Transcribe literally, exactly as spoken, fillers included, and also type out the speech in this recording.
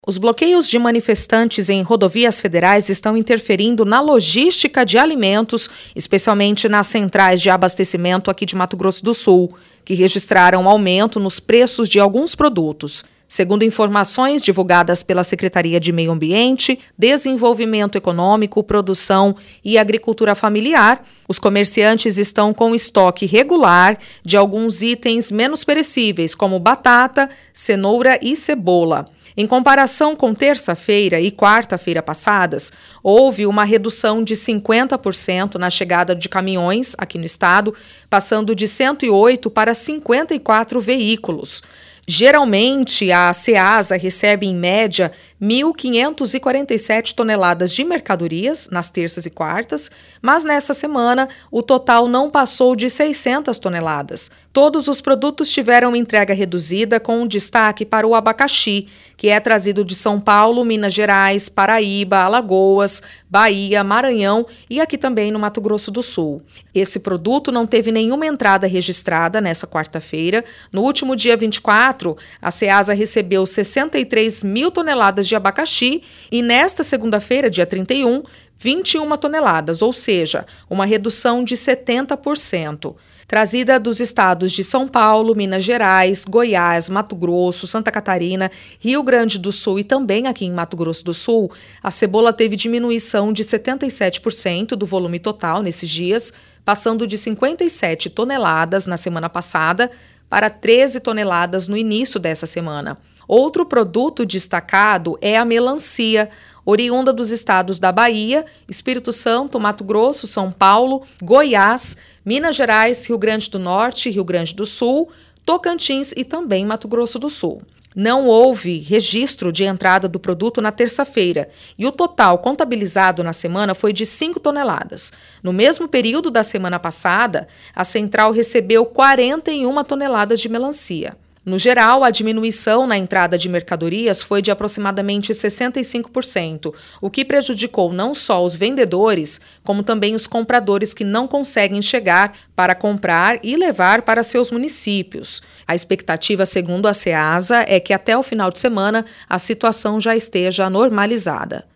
Os bloqueios de manifestantes em rodovias federais estão interferindo na logística de alimentos, especialmente nas centrais de abastecimento aqui de Mato Grosso do Sul, que registraram aumento nos preços de alguns produtos. Segundo informações divulgadas pela Secretaria de Meio Ambiente, Desenvolvimento Econômico, Produção e Agricultura Familiar, os comerciantes estão com estoque regular de alguns itens menos perecíveis, como batata, cenoura e cebola. Em comparação com terça-feira e quarta-feira passadas, houve uma redução de cinquenta por cento na chegada de caminhões aqui no estado, passando de cento e oito para cinquenta e quatro veículos. Geralmente, a Ceasa recebe, em média, mil quinhentas e quarenta e sete toneladas de mercadorias nas terças e quartas, mas nessa semana o total não passou de seiscentas toneladas. Todos os produtos tiveram entrega reduzida, com um destaque para o abacaxi, que é trazido de São Paulo, Minas Gerais, Paraíba, Alagoas, Bahia, Maranhão e aqui também no Mato Grosso do Sul. Esse produto não teve nenhuma entrada registrada nessa quarta-feira. No último dia vinte e quatro, a Ceasa recebeu sessenta e três mil toneladas de abacaxi e nesta segunda-feira, dia trinta e um, vinte e uma toneladas, ou seja, uma redução de setenta por cento. Trazida dos estados de São Paulo, Minas Gerais, Goiás, Mato Grosso, Santa Catarina, Rio Grande do Sul e também aqui em Mato Grosso do Sul, a cebola teve diminuição de setenta e sete por cento do volume total nesses dias, passando de cinquenta e sete toneladas na semana passada para treze toneladas no início dessa semana. Outro produto destacado é a melancia, oriunda dos estados da Bahia, Espírito Santo, Mato Grosso, São Paulo, Goiás, Minas Gerais, Rio Grande do Norte, Rio Grande do Sul, Tocantins e também Mato Grosso do Sul. Não houve registro de entrada do produto na terça-feira e o total contabilizado na semana foi de cinco toneladas. No mesmo período da semana passada, a central recebeu quarenta e uma toneladas de melancia. No geral, a diminuição na entrada de mercadorias foi de aproximadamente sessenta e cinco por cento, o que prejudicou não só os vendedores, como também os compradores que não conseguem chegar para comprar e levar para seus municípios. A expectativa, segundo a Ceasa, é que até o final de semana a situação já esteja normalizada.